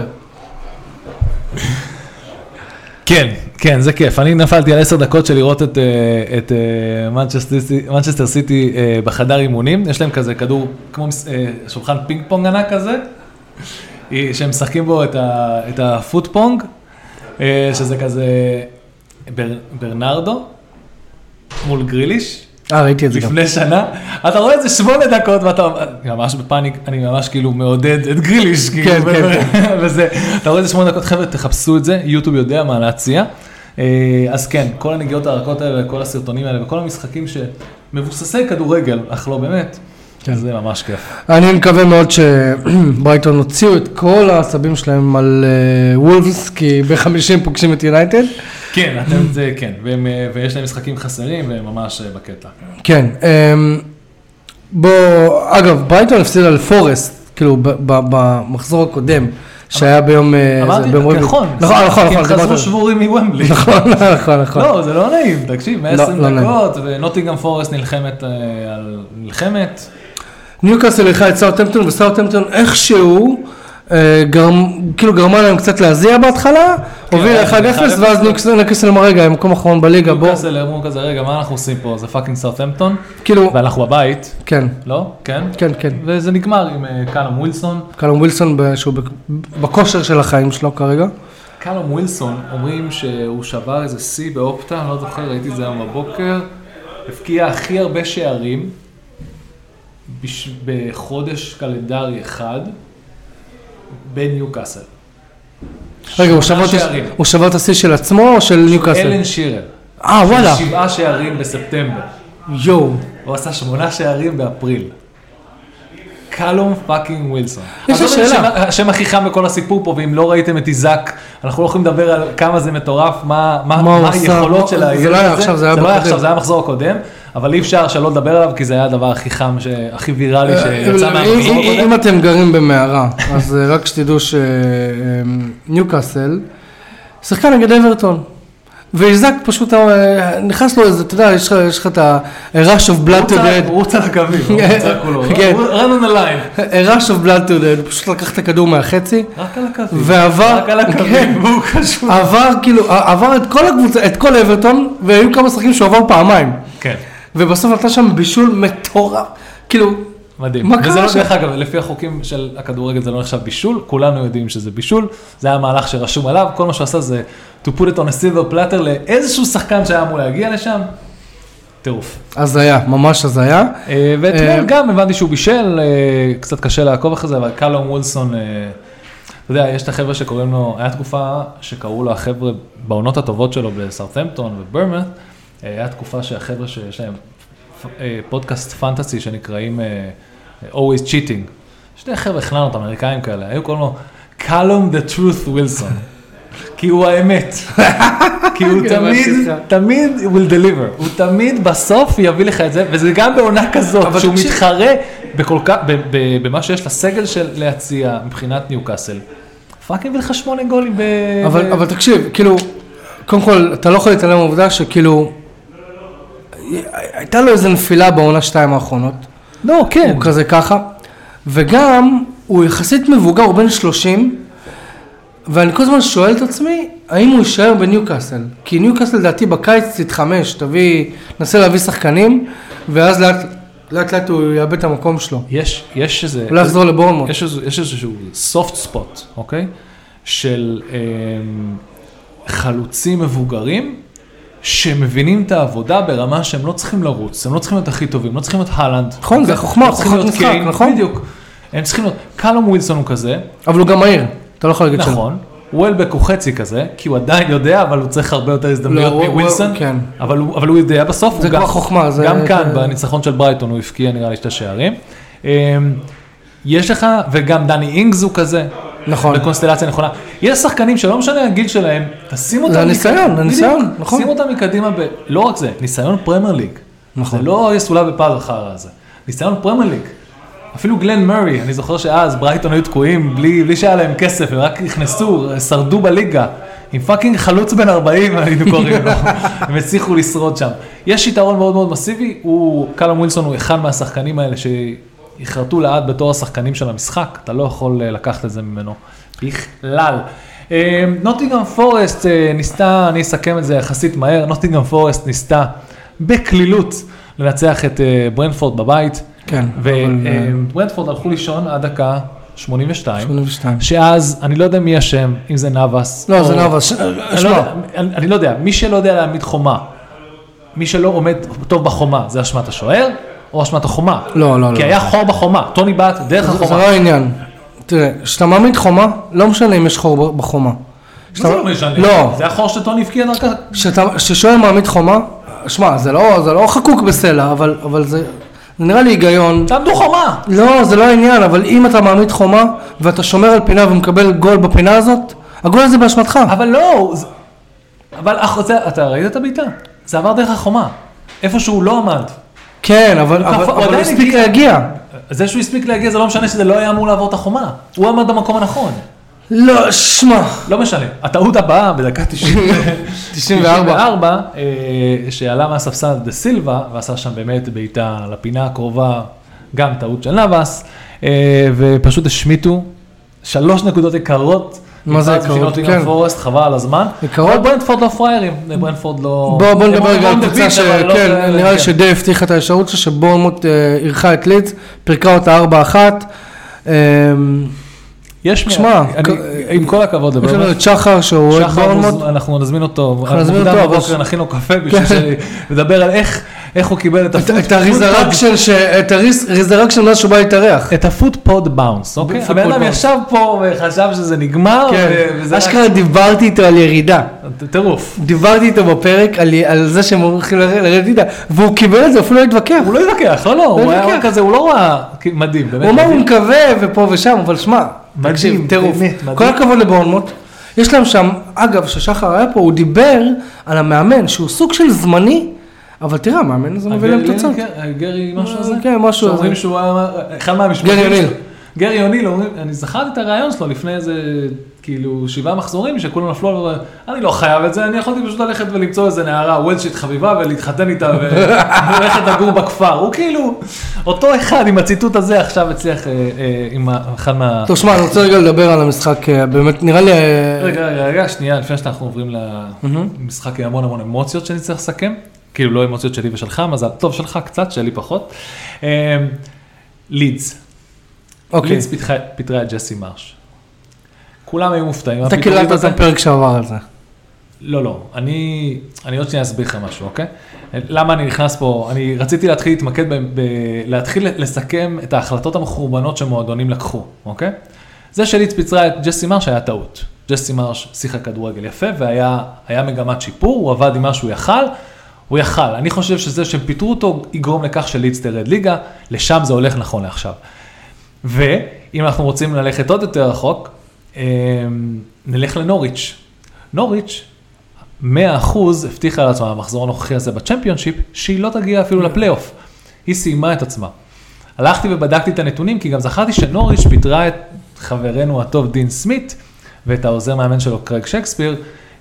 S2: כן, כן, זה כיף. אני נפלתי על עשר דקות של לראות את, את מנצ'סטר סיטי בחדר אימונים. יש להם כזה כדור, כמו שולחן פינג פונג ענק כזה, שהם משחקים בו את, ה, את הפוטפונג, שזה כזה בר, ברנרדו מול גריליש.
S1: אה, ראיתי את זה גם.
S2: לפני שנה. אתה רואה את זה שמונה דקות, ואתה ממש בפאניק, אני ממש כאילו מעודד את גריליש.
S1: כן, כן.
S2: וזה, אתה רואה את זה שמונה דקות, חבר'ה, תחפשו את זה, יוטיוב יודע מה להציע. אז כן, כל הנגיעות הרכות האלה, כל הסרטונים האלה, וכל המשחקים שמבוססי כדורגל, אך לא באמת, זה ממש כיף.
S1: אני מקווה מאוד שברייטון הוציאו את כל העצבים שלהם על וולפס, כי ב-חמישים פוגשים את יונייטד.
S2: כן, אתם זה, כן, ויש להם משחקים חסרים, והם ממש בקטע.
S1: כן, בוא, אגב, ברייטון הפסידה לפורסט, כאילו, במחזור הקודם, שהיה ביום...
S2: אמרתי, נכון, נכון, נכון. כי הם חזרו שבורים מוומבלי.
S1: נכון, נכון, נכון.
S2: לא, זה לא נעים, תקשיב, מאה ועשרים דקות, ונוטינגהאם פורסט נלחמת על נלחמת.
S1: ניוקאסל הלכה את סאות'המפטון, וסאות'המפטון איכשהו, כאילו גרמה להם קצת להזיע בהתחלה, הוביל אחד אפס, ואז ניוקאסל אמר רגע, מקום אחרון בליגה, בוא.
S2: ניוקאסל אמרו כזה, רגע, מה אנחנו עושים פה? זה פאקינג סאות'המפטון, ואנחנו בבית.
S1: כן.
S2: לא? כן?
S1: כן, כן.
S2: וזה נגמר עם קלום ווילסון.
S1: קלום ווילסון, שהוא בכושר של החיים שלו כרגע.
S2: קלום ווילסון, אומרים שהוא שבר איזה סי באופטה, אני לא זוכר, ראיתי את זה היום בבוקר, הפקיע הכי הרבה שערים, בחודש קלנדרי אחד, בניוקאסל.
S1: רגע, הוא שבר את השיא של עצמו או של ניוקאסל?
S2: אלן שירר.
S1: אה, וואלה.
S2: שבעה שערים בספטמבר.
S1: יואו.
S2: הוא עשה שמונה שערים באפריל. קלום פאקינג ווילסון.
S1: יש לי שאלה.
S2: השם הכי חם בכל הסיפור פה, ואם לא ראיתם את איזק, אנחנו לא יכולים לדבר על כמה זה מטורף, מה היכולות של הילד הזה.
S1: זה לא היה עכשיו, זה היה
S2: בקודם. זה לא היה עכשיו, זה היה מחזור הקודם, אבל אי אפשר שלא לדבר עליו, כי זה היה הדבר הכי חם, הכי ויראלי שיצא מהמחזור הקודם.
S1: אם אתם גרים במערה, אז רק שתדעו שניוקאסל, שחקן נגד אברטון. ואיזק פשוט נכנס לו איזה, אתה יודע, יש לך את ה-rush of blood to dead.
S2: הוא רוצה לקווים, הוא רוצה כולו. run on the line.
S1: rush of blood to dead, הוא פשוט לקח את הכדור מהחצי.
S2: רק על הקווים.
S1: ועבר,
S2: רק על הקווים, והוא קשור.
S1: עבר כאילו, עבר את כל הקבוצה, את כל אברטון, והיו כמה שחקים שהוא עבר פעמיים.
S2: כן.
S1: ובסוף נתן שם בישול מטורף. כאילו,
S2: מדהים. וזה לא דרך אגב, לפי החוקים של הכדורגל זה לא נחשב בישול, כולנו יודעים שזה בישול, זה היה מהלך שרשום עליו, כל מה שהוא עשה זה to put it on a silver platter לאיזשהו שחקן שהיה אמור להגיע לשם, טירוף.
S1: אז היה, ממש אז היה.
S2: ואתמול גם הבנתי שהוא בישל, קצת קשה לעקוב אחרי זה, אבל קלום וולסון, אתה יודע, יש את החבר'ה שקוראים לו, היה תקופה שקראו לו החבר'ה בעונות הטובות שלו בסאות'המפטון וברמת', היה תקופה שהחבר'ה שיש להם פודקאסט פנטסי שנקראים Always Cheating. שני חבר'ה הכנענו את האמריקאים כאלה, היו קוראים לו קלום the truth וילסון. כי הוא האמת. כי הוא תמיד, תמיד will deliver. הוא תמיד בסוף יביא לך את זה, וזה גם בעונה כזאת, שהוא מתחרה במה שיש לסגל של להציע מבחינת ניוקאסל. פאק יביא לך שמונה גולים ב...
S1: אבל תקשיב, כאילו, קודם כל, אתה לא יכול להתעלם מהעובדה שכאילו, הייתה לו איזו נפילה בעונה שתיים האחרונות.
S2: לא, כן.
S1: הוא כזה ככה. וגם, הוא יחסית מבוגר, הוא בן שלושים, ואני כל הזמן שואל את עצמי, האם הוא יישאר בניוקאסל? כי ניוקאסל דעתי בקיץ תתחמש, תביא, נסה להביא שחקנים, ואז לאט לאט, לאט הוא יאבד את המקום שלו.
S2: יש, יש איזה...
S1: הוא לא יחזור לבורנמוט.
S2: יש, יש איזשהו soft spot, אוקיי? של אה, חלוצים מבוגרים, שמבינים את העבודה ברמה שהם לא צריכים לרוץ, הם לא צריכים להיות הכי טובים, לא צריכים להיות הלנד.
S1: נכון, זה חוכמה, חוכמת משחק, נכון?
S2: בדיוק. הם צריכים להיות, קלום וילסון הוא כזה.
S1: אבל הוא גם מהיר, אתה לא יכול להגיד שלא.
S2: נכון, וולבק הוא חצי כזה, כי הוא עדיין יודע, אבל הוא צריך הרבה יותר הזדמנויות מווילסון.
S1: כן.
S2: אבל הוא יודע בסוף.
S1: זה כבר חוכמה.
S2: גם כאן, בניצחון של ברייטון, הוא הפקיע נראה לי שתי שערים. יש לך, וגם דני אינגס הוא כזה.
S1: נכון.
S2: בקונסטלציה נכונה. יש שחקנים שלא משנה הגיל שלהם, תשים אותם...
S1: זה הניסיון, הניסיון, נכון.
S2: שים אותם מקדימה ב... לא רק זה, ניסיון פרמייר ליג. נכון. זה לא יסולה בפאזל חרא הזה. ניסיון פרמייר ליג. אפילו גלן מרי, אני זוכר שאז ברייטון היו תקועים, בלי, בלי שהיה להם כסף, הם רק נכנסו, שרדו בליגה. עם פאקינג חלוץ בן ארבעים, היינו קוראים לו. הם הצליחו לשרוד שם. יש יתרון מאוד מאוד מסיבי, הוא, קלום וילסון הוא אחד מהשחקנים האלה ש... יחרטו לעד בתור השחקנים של המשחק, אתה לא יכול לקחת את זה ממנו בכלל. נוטינגהאם פורסט ניסתה, אני אסכם את זה יחסית מהר, נוטינגהאם פורסט ניסתה בכלילות לנצח את ברנפורד בבית.
S1: כן.
S2: וברנפורד הלכו לישון עד דקה שמונים ושתיים. שמונים ושתיים. שאז, אני לא יודע מי השם, אם זה נאבס.
S1: לא, זה נאבס.
S2: אני לא יודע, מי שלא יודע להעמיד חומה, מי שלא עומד טוב בחומה, זה אשמת השוער. או אשמת החומה.
S1: לא, לא, לא.
S2: כי היה חור בחומה. טוני באת דרך החומה.
S1: זה לא העניין. תראה, כשאתה מעמיד חומה, לא משנה אם יש חור בחומה.
S2: זה לא משנה.
S1: לא.
S2: זה החור שטוני הפקיע דרכה.
S1: כששוער מעמיד חומה, שמע, זה לא חקוק בסלע, אבל זה נראה לי היגיון.
S2: תעמדו חומה.
S1: לא, זה לא העניין, אבל אם אתה מעמיד חומה, ואתה שומר על פינה ומקבל גול בפינה הזאת, הגול הזה באשמתך.
S2: אבל לא. אבל אתה ראית את הביתה? זה עבר דרך החומה. איפה שהוא לא עמד.
S1: כן, אבל הוא הספיק להגיע.
S2: זה שהוא הספיק להגיע, זה לא משנה שזה לא היה אמור לעבור את החומה. הוא עמד במקום הנכון.
S1: לא, שמע.
S2: לא משנה. הטעות הבאה בדקה תשעים וארבע, שעלה מהספסל דה סילבה, ועשה שם באמת בעיטה לפינה הקרובה, גם טעות של נאבס, ופשוט השמיטו שלוש נקודות יקרות,
S1: מה זה יקרות?
S2: כן. פורסט, חבל על הזמן.
S1: יקרות?
S2: ברנפורד לא פריירים, ברנפורד לא...
S1: בוא, בוא נדבר רגע על קבוצה שכן, נראה לי שדי הבטיחה את האפשרות שלה, שבורנמוט אירחה את לידס, פירקה אותה ארבע אחת.
S2: יש משמע, עם כל הכבוד
S1: יש לנו את שחר שהוא אוהד בורנמוט.
S2: אנחנו נזמין אותו, אנחנו נזמין אותו, בבוקר נכין לו קפה בשביל לדבר על איך הוא קיבל את הפוט.
S1: את הריזרק של מה שהוא בא להתארח.
S2: את הפוט פוד באונס, אוקיי? הבן אדם ישב פה וחשב שזה נגמר.
S1: אשכרה דיברתי איתו על ירידה.
S2: טירוף.
S1: דיברתי איתו בפרק על זה שהם הולכים לרדידה, והוא קיבל את זה, אפילו לא התווכח.
S2: הוא לא התווכח, לא, לא, הוא היה כזה, הוא לא ראה מדהים.
S1: הוא אמר, הוא מקווה ופה ושם, אבל שמע, תקשיב, טירוף. כל הכבוד לבורנמוט. יש להם שם, אגב, ששחר היה פה, הוא דיבר על המאמן, שהוא סוג של זמני, אבל תראה, המאמן הזה מביא להם תוצאות.
S2: גרי, משהו הזה?
S1: כן, משהו הזה.
S2: שאומרים שהוא היה, אחד מהמשפטים.
S1: גרי אוניל.
S2: גרי אוניל, אני זכרתי את הרעיון שלו לפני איזה, כאילו, שבעה מחזורים, שכולם נפלו, אני לא חייב את זה, אני יכולתי פשוט ללכת ולמצוא איזה נערה וולשית חביבה, ולהתחתן איתה, וללכת לגור בכפר. הוא כאילו, אותו אחד עם הציטוט הזה, עכשיו הצליח עם אחד מה...
S1: טוב, שמע, אני רוצה רגע לדבר על המשחק, באמת, נראה לי...
S2: רגע, רגע, רגע, שנייה, לפני שאנחנו עוברים למשחק עם המון המון אמוציות שאני צריך לסכם, כאילו לא אמוציות שלי ושלך, מזל טוב שלך קצת, שלי פחות. לידס. לידס פיתרה את ג'סי מרש. כולם היו מופתעים.
S1: אתה קיללת את הפרק שעבר על זה.
S2: לא, לא. אני, אני עוד שנייה אסביר לך משהו, אוקיי? למה אני נכנס פה? אני רציתי להתחיל להתמקד, ב, ב, להתחיל לסכם את ההחלטות המחורבנות שמועדונים לקחו, אוקיי? זה שלידס פיתרה את ג'סי מרש היה טעות. ג'סי מרש שיחק כדורגל יפה, והיה היה מגמת שיפור, הוא עבד עם מה שהוא יכל, הוא יכל. אני חושב שזה שהם פיתרו אותו יגרום לכך שלידס תרד ליגה, לשם זה הולך נכון לעכשיו. ואם אנחנו רוצים ללכת עוד יותר רחוק, נלך לנוריץ'. נוריץ', מאה אחוז הבטיחה לעצמה, המחזור הנוכחי הזה בצ'מפיונשיפ, שהיא לא תגיע אפילו לפלייאוף. היא סיימה את עצמה. הלכתי ובדקתי את הנתונים, כי גם זכרתי שנוריץ' פיתרה את חברנו הטוב דין סמית, ואת העוזר מאמן שלו קרייג שייקספיר,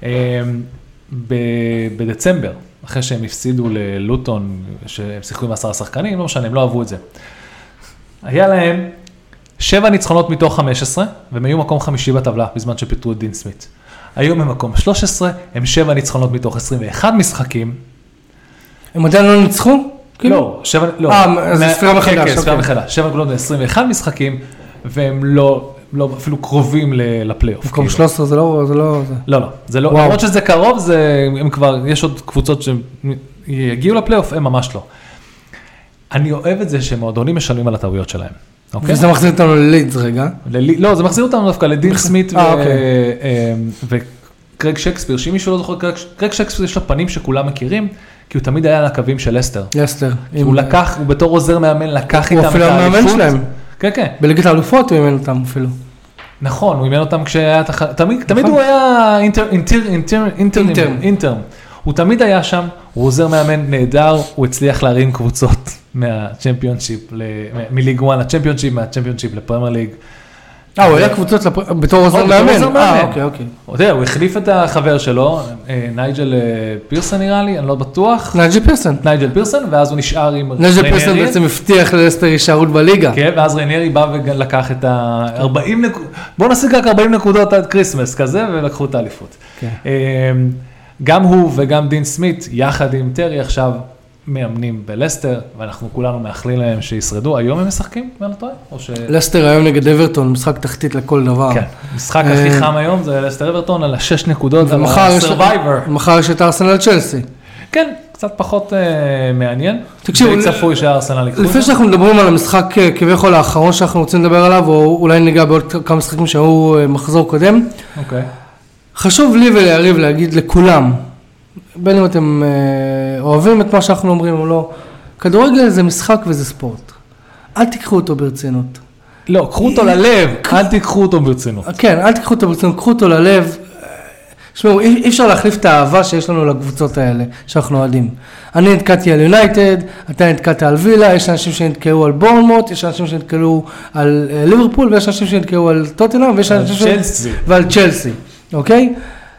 S2: בדצמבר, אחרי שהם הפסידו ללוטון, שהם שיחקו עם עשרה שחקנים, לא משנה, הם לא אהבו את זה. היה להם שבע ניצחונות מתוך חמש עשרה, והם היו מקום חמישי בטבלה, בזמן שפיתרו את דין סמית. היום הם מקום שלוש עשרה, הם שבע ניצחונות מתוך עשרים ואחד משחקים.
S1: הם עדיין לא ניצחו?
S2: לא, שבע, לא.
S1: אה, זה ספירה מחדש.
S2: כן, כן, ספירה מחדש. שבע נקודות ב-עשרים ואחד משחקים, והם לא, לא אפילו קרובים לפלייאוף.
S1: מקום שלוש עשרה זה לא, זה לא, זה.
S2: לא, לא, זה לא, למרות שזה קרוב, זה, הם כבר, יש עוד קבוצות שיגיעו לפלייאוף, הם ממש לא. אני אוהב את זה שמועדונים משלמים על הטעויות שלהם.
S1: וזה מחזיר אותנו ללידס רגע.
S2: לא, זה מחזיר אותנו דווקא לדין סמית וקרייג שייקספיר, שאם מישהו לא זוכר, קרייג שייקספיר יש לו פנים שכולם מכירים, כי הוא תמיד היה על הקווים של לסטר.
S1: לסטר.
S2: הוא לקח, הוא בתור עוזר מאמן, לקח איתם את האליפות.
S1: הוא אפילו המאמן שלהם.
S2: כן, כן.
S1: בליגת האלופות הוא אימן אותם אפילו.
S2: נכון, הוא אימן אותם כשהיה, תמיד הוא היה אינטרם. הוא תמיד היה שם, הוא עוזר מאמן נהדר, הוא הצליח להרים קבוצות מהצ'מפיונשיפ, מליג וואן לצ'מפיונשיפ, מהצ'מפיונשיפ לפרמייר ליג.
S1: אה, הוא היה קבוצות בתור עוזר מאמן. אה, אוקיי, אוקיי.
S2: אתה יודע, הוא החליף את החבר שלו, נייג'ל פירסון נראה לי, אני לא בטוח.
S1: נייג'ל פירסון.
S2: נייג'ל פירסון, ואז הוא נשאר עם ריינירי.
S1: נייג'ל פירסון בעצם הבטיח ללסטר הישארות בליגה.
S2: כן, ואז ריינירי בא ולקח את ה-ארבעים נקודות, בואו נשיג רק ארבעים נקודות עד קריסמס כזה, ולקחו את האליפות. גם הוא וגם דין סמית, יחד עם טרי עכשיו, מאמנים בלסטר, ואנחנו כולנו מאחלים להם שישרדו. היום הם משחקים, מה לא טועה? ש...
S1: לסטר היום נגד אברטון, משחק תחתית לכל דבר.
S2: כן, משחק הכי חם היום זה לסטר אברטון, על השש נקודות, על ה-Survivor.
S1: ומחר יש את ארסנל צ'לסי.
S2: כן, קצת פחות uh, מעניין.
S1: תקשיבו,
S2: די צפוי שהארסנל יקחו.
S1: לפני שאנחנו מדברים על המשחק כביכול האחרון שאנחנו רוצים לדבר עליו, או אולי ניגע בעוד כמה משחקים שהיו מחזור קודם.
S2: אוקיי.
S1: חשוב לי וליריב להגיד לכולם, בין אם אתם אה, אוהבים את מה שאנחנו אומרים או לא, כדורגל זה משחק וזה ספורט. אל תיקחו אותו ברצינות.
S2: לא, קחו אותו ללב, אל תיקחו אותו ברצינות.
S1: כן, אל תיקחו אותו ברצינות, קחו אותו ללב. שמעו, אי, אי אפשר להחליף את האהבה שיש לנו לקבוצות האלה, שאנחנו אוהדים. אני נתקעתי על יונייטד, אתה נתקעת על וילה, יש אנשים שנתקעו על בורנמוט, יש אנשים שנתקעו על אה, ליברפול, ויש אנשים שנתקעו על טוטנהאם, ויש אנשים
S2: צ'לסי.
S1: ועל צ'לסי, אוקיי?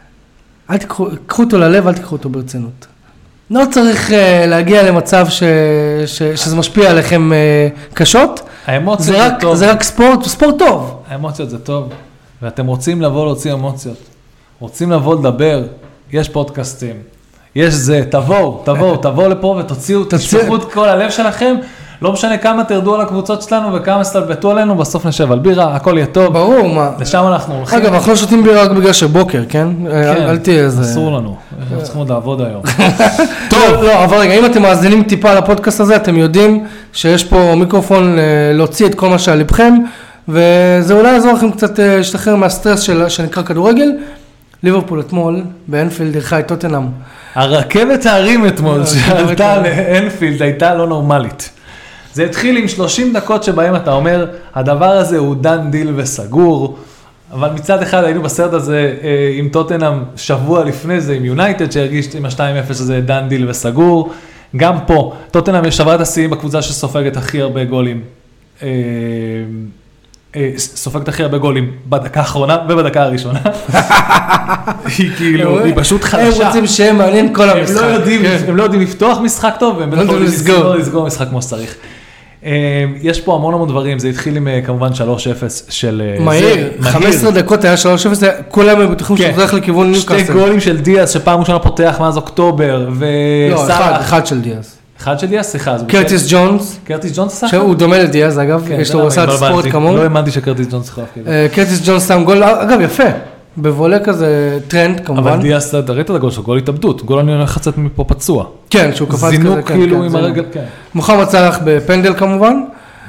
S1: אל תקחו, קחו אותו ללב, אל תקחו אותו ברצינות. לא צריך uh, להגיע למצב ש, ש, שזה משפיע עליכם uh, קשות.
S2: האמוציות
S1: זה,
S2: זה
S1: רק,
S2: טוב.
S1: זה רק ספורט, ספורט טוב.
S2: האמוציות זה טוב, ואתם רוצים לבוא להוציא אמוציות. רוצים לבוא לדבר, יש פודקאסטים, יש זה, תבואו, תבואו, תבואו לפה ותוציאו, תשפכו את כל הלב שלכם. לא משנה כמה תרדו על הקבוצות שלנו וכמה סתלבטו עלינו, בסוף נשב על בירה, הכל יהיה טוב.
S1: ברור, מה.
S2: לשם אנחנו הולכים.
S1: אגב, אנחנו לא שותים בירה רק בגלל שבוקר, כן?
S2: כן,
S1: אל תהיה איזה...
S2: אסור לנו. אנחנו צריכים עוד לעבוד היום.
S1: טוב, לא, אבל רגע, אם אתם מאזינים טיפה לפודקאסט הזה, אתם יודעים שיש פה מיקרופון להוציא את כל מה שעל לבכם, וזה אולי יעזור לכם קצת להשתחרר מהסטרס שנקרא כדורגל. ליברפול אתמול, באנפילד, אירחה את טוטנהאם.
S2: הרכבת ההרים אתמול שעלתה לאנפילד הייתה לא נורמלית. זה התחיל עם שלושים דקות שבהם אתה אומר, הדבר הזה הוא דן דיל וסגור, אבל מצד אחד היינו בסרט הזה עם טוטנהאם שבוע לפני זה, עם יונייטד שהרגיש עם ה-שתיים אפס הזה דן דיל וסגור. גם פה, טוטנהאם שברה את השיאים בקבוצה שסופגת הכי הרבה גולים סופגת הכי הרבה גולים בדקה האחרונה ובדקה הראשונה. היא כאילו, היא פשוט חלשה.
S1: הם רוצים שהם מעניין כל המשחק.
S2: הם לא יודעים לפתוח משחק טוב, והם לא יודעים לסגור משחק כמו שצריך. יש פה המון המון דברים, זה התחיל עם כמובן שלוש אפס של...
S1: מהיר, חמש עשרה דקות היה שלוש אפס, כולם הם בטוחים שהוא הולך לכיוון ניוקאסל.
S2: שתי גולים של דיאז, שפעם ראשונה פותח מאז אוקטובר, ו...
S1: לא, אחד, אחד של דיאז.
S2: אחד של דיאז, סליחה.
S1: קרטיס ג'ונס.
S2: קרטיס ג'ונס עשה?
S1: שהוא דומה לדיאז, אגב, יש לו עושה ספורט כמוהו.
S2: לא האמנתי שקרטיס ג'ונס חלף.
S1: קרטיס ג'ונס שם גול, אגב, יפה. בבולה כזה טרנד, כמובן.
S2: אבל דיאז, ראית את הגול שלו, גול התאבדות, גול אני הולך לצאת מפה פצוע.
S1: כן, שהוא קפץ כזה.
S2: זינוק כאילו עם הרגל, כן.
S1: מוחמד סלאח בפנדל כמובן.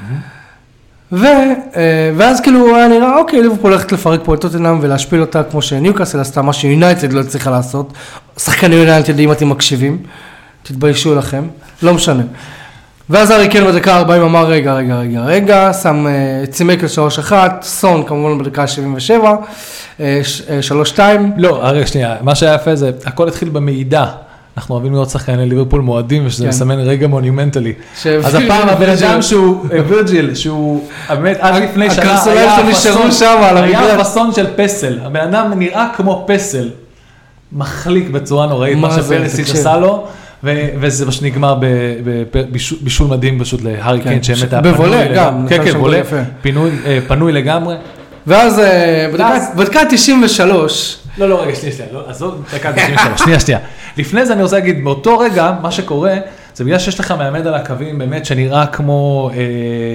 S1: ואז כאילו היה נראה, אוקיי, ליברפול הולכת לפרק פה את טוטנהאם ולהשפיל אותה כמו שניוקאסל עשתה, מה שיונייטד לא צריכה לעשות. שחקני יונייטד, אם אתם מקשיבים, תתביישו לכם, לא משנה. ואז ארי קיין בדקה ארבעים אמר, רגע, רגע, רגע, רגע, שם צימק לשלוש אחת, סון כמובן בדקה שבעים ושבע, שלוש שתיים.
S2: לא, הרי שנייה, מה שהיה יפה זה, הכל התחיל במידע. אנחנו אוהבים לראות שחקני ליברפול מועדים, ושזה מסמן רגע מונומנטלי. אז הפעם הבן אדם שהוא, וירג'יל, שהוא באמת עד לפני שנה, היה פסון של פסל. הבן אדם נראה כמו פסל, מחליק בצורה נוראית, מה שפרסיץ' עשה לו, וזה פשוט נגמר בבישול מדהים פשוט להרי קיין, שבאמת היה
S1: בבולה גם.
S2: כן, כן, בבולה, פנוי לגמרי.
S1: ואז בדקה תשעים ושלוש,
S2: לא, לא, רגע, שנייה, שנייה, אז לא דקה תשעים ושלוש, שנייה, שנייה. לפני זה אני רוצה להגיד, באותו רגע, מה שקורה, זה בגלל שיש לך מעמד על הקווים, באמת שנראה כמו אה,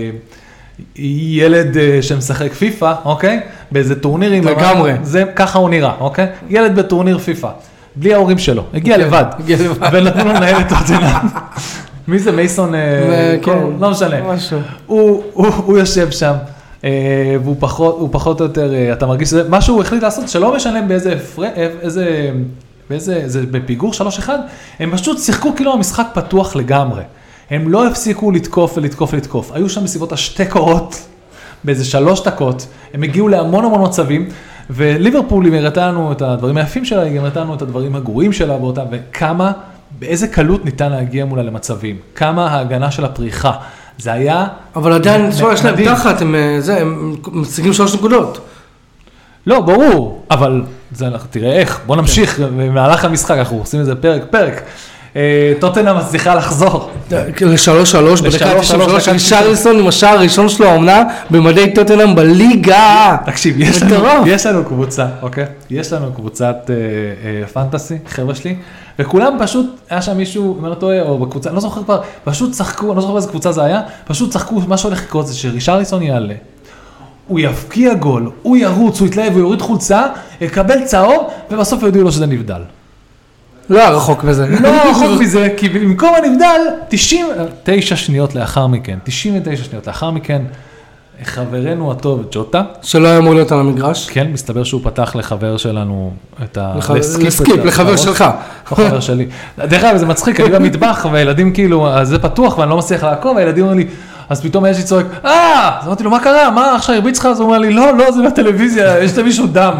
S2: ילד אה, שמשחק פיפה, אוקיי? באיזה טורנירים.
S1: לגמרי.
S2: זה, ככה הוא נראה, אוקיי? ילד בטורניר פיפה, בלי ההורים שלו, הגיע לבד.
S1: הגיע לבד.
S2: ונתנו לו לנהל את טוטנהאם. מי זה? מייסון?
S1: כן.
S2: לא משנה.
S1: משהו.
S2: הוא, הוא, הוא יושב שם. והוא פחות, הוא פחות או יותר, אתה מרגיש שזה, מה שהוא החליט לעשות, שלא משנה באיזה, איזה, באיזה, זה בפיגור שלוש אחד, הם פשוט שיחקו כאילו המשחק פתוח לגמרי. הם לא הפסיקו לתקוף ולתקוף ולתקוף. היו שם בסביבות השתי קורות, באיזה שלוש דקות, הם הגיעו להמון המון מצבים, וליברפול היא הראתה לנו את הדברים היפים שלה, היא הראתה לנו את הדברים הגרועים שלה באותה, וכמה, באיזה קלות ניתן להגיע מולה למצבים, כמה ההגנה של הפריחה. זה היה...
S1: אבל עדיין, יש להם תחת, הם משיגים שלוש נקודות.
S2: לא, ברור, אבל תראה איך, בוא נמשיך במהלך המשחק, אנחנו עושים את זה פרק, פרק. טוטנהאם מצליחה לחזור.
S1: לשלוש שלוש, בדקה תשעים ושלוש, רישרליסון עם השער הראשון שלו, העונה במדי טוטנהאם בליגה.
S2: תקשיב, יש לנו קבוצה, אוקיי? יש לנו קבוצת פנטסי, חבר'ה שלי, וכולם פשוט, היה שם מישהו, אם אני לא טועה, או בקבוצה, אני לא זוכר כבר, פשוט צחקו, אני לא זוכר באיזה קבוצה זה היה, פשוט צחקו, מה שהולך לקרות זה שרישרליסון יעלה. הוא יפקיע גול, הוא ירוץ, הוא יתלהב, הוא יוריד חולצה, יקבל צהוב, ובסוף יודיעו לו שזה נבדל.
S1: לא רחוק מזה.
S2: לא רחוק מזה, כי במקום הנבדל, תשעים ותשע שניות לאחר מכן, תשעים ותשע שניות לאחר מכן, חברנו הטוב, ג'וטה.
S1: שלא היה אמור להיות על המגרש.
S2: כן, מסתבר שהוא פתח לחבר שלנו את ה...
S1: לסקיפ, לחבר שלך.
S2: לחבר שלי. דרך אגב, זה מצחיק, אני במטבח, והילדים כאילו, זה פתוח, ואני לא מצליח לעקוב, והילדים אומרים לי, אז פתאום יש לי צועק, אה, אז אמרתי לו, מה קרה? מה עכשיו הרביץ לך? אז הוא אומר לי, לא, לא, זה בטלוויזיה, יש למישהו דם.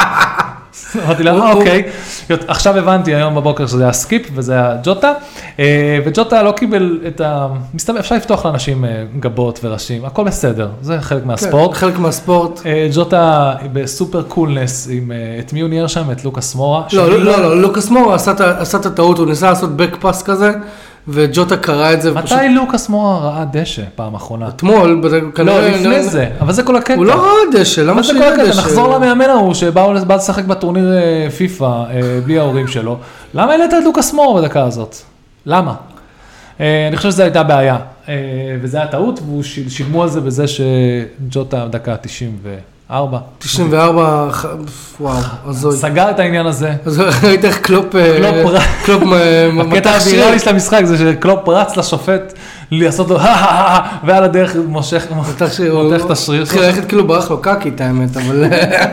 S2: אמרתי לה, אוקיי, עכשיו הבנתי היום בבוקר שזה היה סקיפ וזה היה ג'וטה, וג'וטה לא קיבל את ה... מסתבר, אפשר לפתוח לאנשים גבות וראשים, הכל בסדר, זה חלק מהספורט.
S1: חלק מהספורט.
S2: ג'וטה בסופר קולנס, את מי הוא נהיה שם? את לוקאס מורה?
S1: לא, לא, לא, לוקאס מורה עשה את הטעות, הוא ניסה לעשות בק פאס כזה, וג'וטה קרא את זה.
S2: מתי לוקאס מורה ראה דשא פעם האחרונה?
S1: אתמול,
S2: לא, לפני זה, אבל זה כל הקטע.
S1: הוא לא ראה דשא, למה שיהיה דשא?
S2: נחזור למאמן ההוא שבא לשחק בטורניר פיפה בלי ההורים שלו. למה העלית את לוקאס מורה בדקה הזאת? למה? אני חושב שזו הייתה בעיה, וזה היה טעות, והוא שילמו על זה בזה שג'וטה דקה תשעים וארבע.
S1: תשעים וארבע, וואו, הזוי.
S2: סגר את העניין הזה.
S1: אז ראית איך קלופ... קלופ
S2: הקטע הוויראלי של המשחק זה שקלופ רץ לשופט לעשות לו ועל הדרך מושך את השריר.
S1: התחיל ללכת כאילו ברח לו קקית האמת, אבל...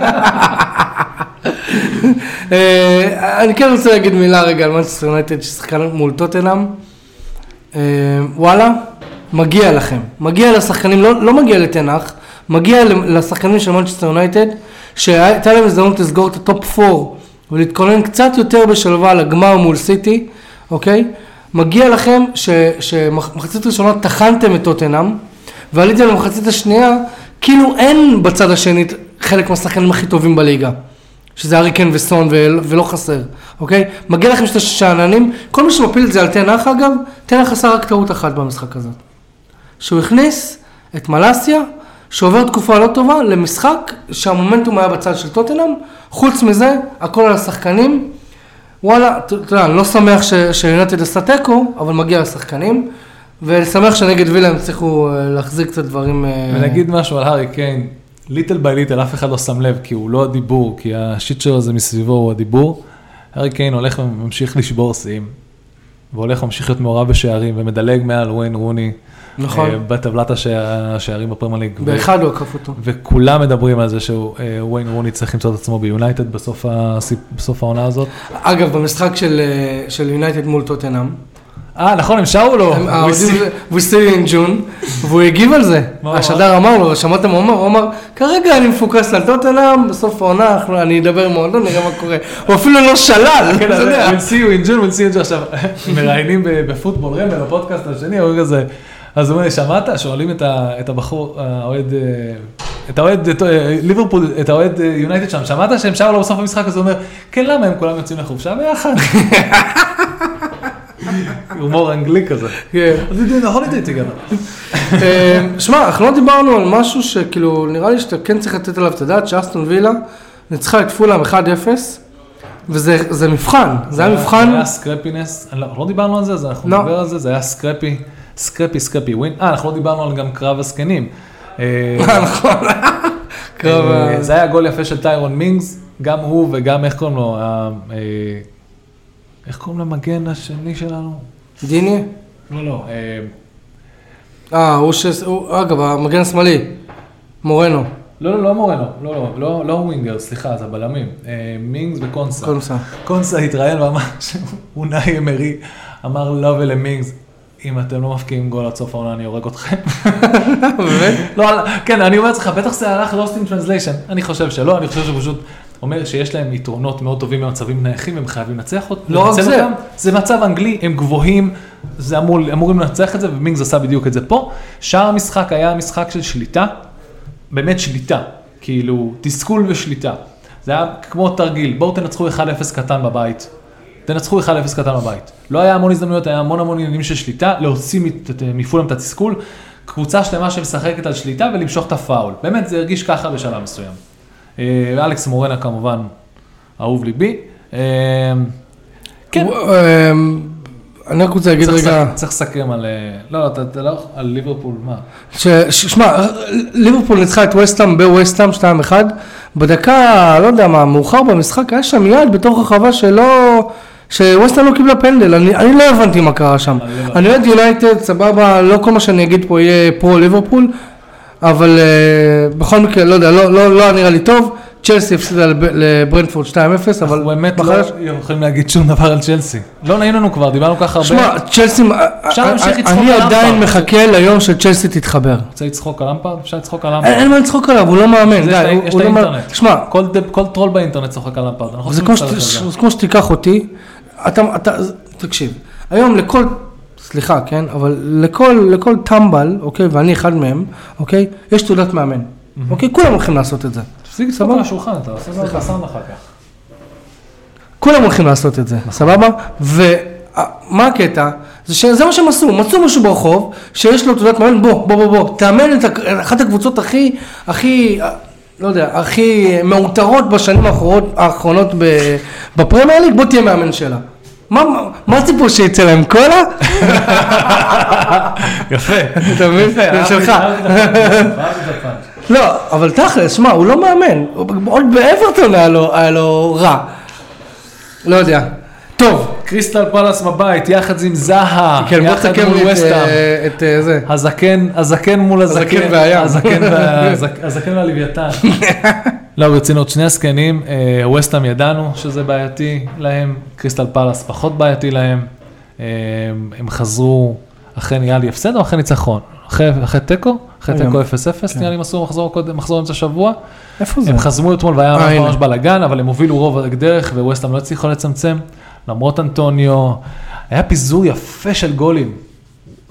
S1: אני כן רוצה להגיד מילה רגע על מנצ'סטר יונייטד ששחקן מול טוטנהאם. וואלה, מגיע לכם. מגיע לשחקנים, לא מגיע לתנח. מגיע לשחקנים של מנצ'סטר יונייטד, שהייתה להם הזדמנות לסגור את הטופ ארבע, ולהתכונן קצת יותר בשלווה לגמר מול סיטי, אוקיי? מגיע לכם שמחצית ראשונה תחנתם את טוטנהאם, ועליתם למחצית השנייה, כאילו אין בצד השני חלק מהשחקנים הכי טובים בליגה. שזה אריקן וסון ולא חסר, אוקיי? מגיע לכם שתי שעננים, כל מי שמפיל את זה על תנח אגב, תנח עשה רק טעות אחת במשחק הזה. שהוא הכניס את מלאסיה, שעובר תקופה לא טובה, למשחק שהמומנטום היה בצד של טוטנהאם, חוץ מזה, הכל על השחקנים, וואלה, אתה יודע, אני לא שמח שיונתד עשה תיקו, אבל מגיע לשחקנים, ולשמח שנגד וילה הם צריכו להחזיק קצת דברים...
S2: ונגיד משהו על הארי קיין, ליטל ביי ליטל, אף אחד לא שם לב, כי הוא לא הדיבור, כי השיט שלו הזה מסביבו הוא הדיבור. הארי קיין הולך וממשיך לשבור שיאים, והולך וממשיך להיות מעורב בשערים, ומדלג מעל וויין רוני,
S1: נכון.
S2: בטבלת השערים בפרמייר ליג.
S1: באחד הוא עקף אותו.
S2: וכולם מדברים על זה שוויין רוני צריך למצוא את עצמו ביונייטד בסוף העונה הזאת.
S1: אגב, במשחק של יונייטד מול טוטנהאם,
S2: אה, נכון, הם שרו לו.
S1: We see in June, והוא הגיב על זה. השדר אמר לו, שמעתם הוא אמר, הוא אמר, כרגע אני מפוקס על טוטנהאם, בסוף העונה, אני אדבר עם מועדון, נראה מה קורה. הוא אפילו לא שלל, אתה יודע.
S2: We'll see you in June, we'll see you in June. עכשיו, מראיינים בפוטבול רמר, בפודקאסט השני, הוא כזה, אז הוא אומר, שמעת? שואלים את הבחור, האוהד, את האוהד, ליברפול, את האוהד יונייטד שם, שמעת שהם שרו לו בסוף המשחק, אז הוא אומר, כן, למה הם כולם יוצאים לחופשה ביחד? הומור אנגלי כזה. אז זה נכון איתי תיגמר.
S1: שמע, אנחנו לא דיברנו על משהו שכאילו, נראה לי שאתה כן צריך לתת עליו את הדעת, שאסטון וילה ניצחה את פולהאם אחד אפס, וזה מבחן, זה היה מבחן.
S2: זה היה סקרפינס, לא דיברנו על זה, אז אנחנו נדבר על זה, זה היה סקרפי, סקרפי, סקרפי ווין. אה, אנחנו לא דיברנו על גם קרב הזקנים.
S1: נכון.
S2: זה היה גול יפה של טיירון מינגס, גם הוא וגם איך קוראים לו, איך קוראים למגן השני שלנו?
S1: דיני?
S2: לא, לא.
S1: אה, הוא ש... אגב, המגן השמאלי. מורנו.
S2: לא, לא, לא מורנו. לא, לא, לא, לא ווינגר, סליחה, זה הבלמים. מינגס וקונסה.
S1: קונסה.
S2: קונסה התראיין ואמר שאונאי אמרי אמר לא ולמינגס, אם אתם לא מפקיעים גול עד סוף העונה, אני הורג אתכם.
S1: באמת?
S2: לא, כן, אני אומר לך, בטח זה הלך lost in translation. אני חושב שלא, אני חושב שפשוט... אומר שיש להם יתרונות מאוד טובים במצבים נייחים, הם חייבים לנצח אותם.
S1: לא רק זה.
S2: זה מצב אנגלי, הם גבוהים, זה אמור, אמורים לנצח את זה, ומינגס עשה בדיוק את זה פה. שאר המשחק היה משחק של שליטה, באמת שליטה, כאילו תסכול ושליטה. זה היה כמו תרגיל, בואו תנצחו אחד אפס קטן בבית. תנצחו אחד אפס קטן בבית. לא היה המון הזדמנויות, היה המון המון עניינים של שליטה, להוציא מפולהאם את התסכול, קבוצה שלמה שמשחקת על שליטה ולמשוך את הפאול. באמת זה הרגיש ככה בשלב מסוים. אלכס מורנה כמובן, אהוב ליבי. כן.
S1: אני רק רוצה להגיד רגע...
S2: צריך לסכם על... לא, אתה לא... על ליברפול, מה?
S1: שמע, ליברפול ניצחה את ווסטהאם בווסטהאם שתיים אחד, בדקה, לא יודע מה, מאוחר במשחק, היה שם יד בתוך הרחבה שלא... שווסטהאם לא קיבלה פנדל, אני לא הבנתי מה קרה שם. אני אוהד יונייטד, סבבה, לא כל מה שאני אגיד פה יהיה פרו ליברפול, אבל בכל מקרה, לא יודע, לא נראה לי טוב, צ'לסי הפסידה לברנטפורד שתיים אפס, אבל...
S2: אנחנו באמת לא יכולים להגיד שום דבר על צ'לסי. לא נעים לנו כבר, דיברנו ככה הרבה.
S1: שמע, צ'לסי, אני עדיין מחכה ליום שצ'לסי תתחבר.
S2: רוצה לצחוק על אמפרד? אפשר לצחוק על אמפרד.
S1: אין מה לצחוק עליו, הוא לא מאמן.
S2: יש את האינטרנט. שמע, כל טרול באינטרנט צוחק על אמפרד.
S1: זה כמו שתיקח אותי, תקשיב, היום לכל... סליחה, כן? אבל לכל, לכל טמבל, אוקיי, ואני אחד מהם, אוקיי, יש תעודת מאמן. אוקיי, כולם הולכים לעשות את זה.
S2: תפסיק לצחוק על השולחן, אתה עושה זה חסם אחר כך.
S1: כולם הולכים לעשות את זה, סבבה? ומה הקטע? זה שזה מה שהם עשו, מצאו משהו ברחוב, שיש לו תעודת מאמן, בוא, בוא, בוא, בוא, תאמן את אחת הקבוצות הכי, הכי, לא יודע, הכי מאותרות בשנים האחרונות בפרמייר ליג, בוא תהיה מאמן שלה. מה הציפור שיצא להם? קולה?
S2: יפה.
S1: אתה מבין? זה שלך. לא, אבל תכלס, שמע, הוא לא מאמן. עוד באברטון היה לו רע. לא יודע. טוב.
S2: קריסטל פלאס בבית, יחד עם זהה,
S1: כן, בוא תקם לי את זה.
S2: הזקן, הזקן מול הזקן.
S1: הזקן והים.
S2: הזקן והלוויתן. לא, ברצינות, שני הסקנים, ווסטהאם ידענו שזה בעייתי להם, קריסטל פלאס פחות בעייתי להם, הם חזרו אחרי נראה לי הפסד או אחרי ניצחון? אחרי תיקו? אחרי תיקו אפס אפס, נראה לי הם עשו מחזור אמצע שבוע.
S1: איפה זה?
S2: הם חזרו אתמול והיה ממש בלגן, אבל הם הובילו רוב הדרך, וווסטהאם לא הצליחו לצמצם, למרות אנטוניו, היה פיזור יפה של גולים.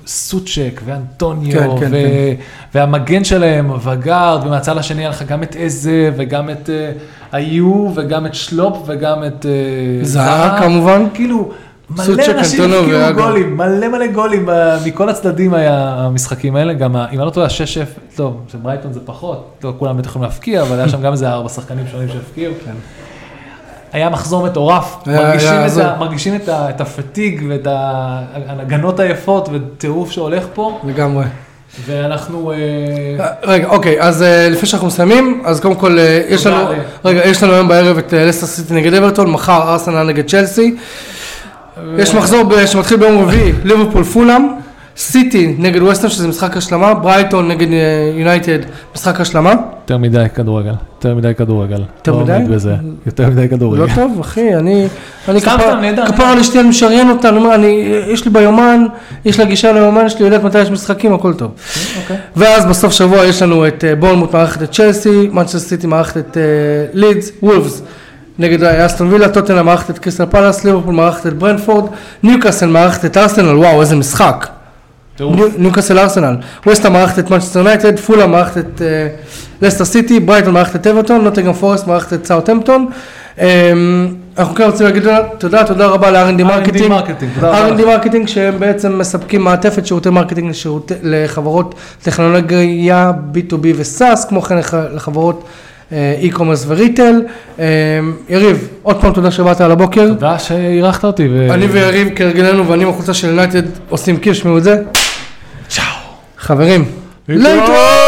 S2: סוצ'ק ואנטוניו, והמגן שלהם, וגארד, ומהצד השני היה לך גם את איזה, וגם את איו, וגם את שלופ, וגם את
S1: זהה כמובן.
S2: כאילו, מלא אנשים הפקיעו גולים, מלא מלא גולים, מכל הצדדים היה המשחקים האלה, גם אם אני לא טועה, שש אפס, טוב, ברייטון זה פחות, לא כולם יכולים להפקיע, אבל היה שם גם איזה ארבע שחקנים שונים שהפקיעו. היה מחזור מטורף, מרגישים את הפטיג ואת ההגנות היפות וטירוף שהולך פה.
S1: לגמרי.
S2: ואנחנו...
S1: רגע, אוקיי, אז לפני שאנחנו מסיימים, אז קודם כל, יש לנו, רגע, יש לנו היום בערב את לסטר סיטי נגד אברטון, מחר ארסנל נגד צ'לסי. יש מחזור שמתחיל ביום רביעי, ליברפול פולאם, סיטי נגד ווסטהאם, שזה משחק השלמה, ברייטון נגד יונייטד, משחק השלמה.
S2: יותר מדי כדורגל, יותר מדי כדורגל.
S1: יותר מדי?
S2: יותר מדי כדורגל.
S1: לא טוב, אחי, אני... כפר על אשתי, אני משריין אותה, יש לי ביומן, יש לה גישה ליומן, יש לי יודעת מתי יש משחקים, הכל טוב. ואז בסוף שבוע יש לנו את בורנמוט מערכת את צ'לסי, מנצ'סטר סיטי מערכת את לידס, וולפס. נגד אסטון וילה, טוטנהאם מערכת את קריסטל פלאס, ליברפול מערכת את ברנפורד, ניוקאסל מערכת את ארסנל, וואו, איזה משחק. ניוקאסל ארסנל, ווסטהאם מערכת את מנצ'סטר יונייטד, פולאם מערכת את לסטר סיטי, ברייטון מערכת את אברטון, נוטינגהאם פורסט מערכת את סאות'המפטון. אנחנו כן רוצים להגיד תודה, תודה רבה ל-אר אנד די מרקטינג. אר אנד די מרקטינג שהם בעצם מספקים מעטפת שירותי מרקטינג לחברות טכנולוגיה בי טו בי וסאס, כמו כן לחברות אי-קומרס וריטל. יריב, עוד פעם תודה שבאת על הבוקר.
S2: תודה שהירחת אותי.
S1: אני ויריב כרגלנו ואני מחוצה של יונייטד עושים כיף, שמעו את זה.
S2: צ'או.
S1: חברים. להתראות.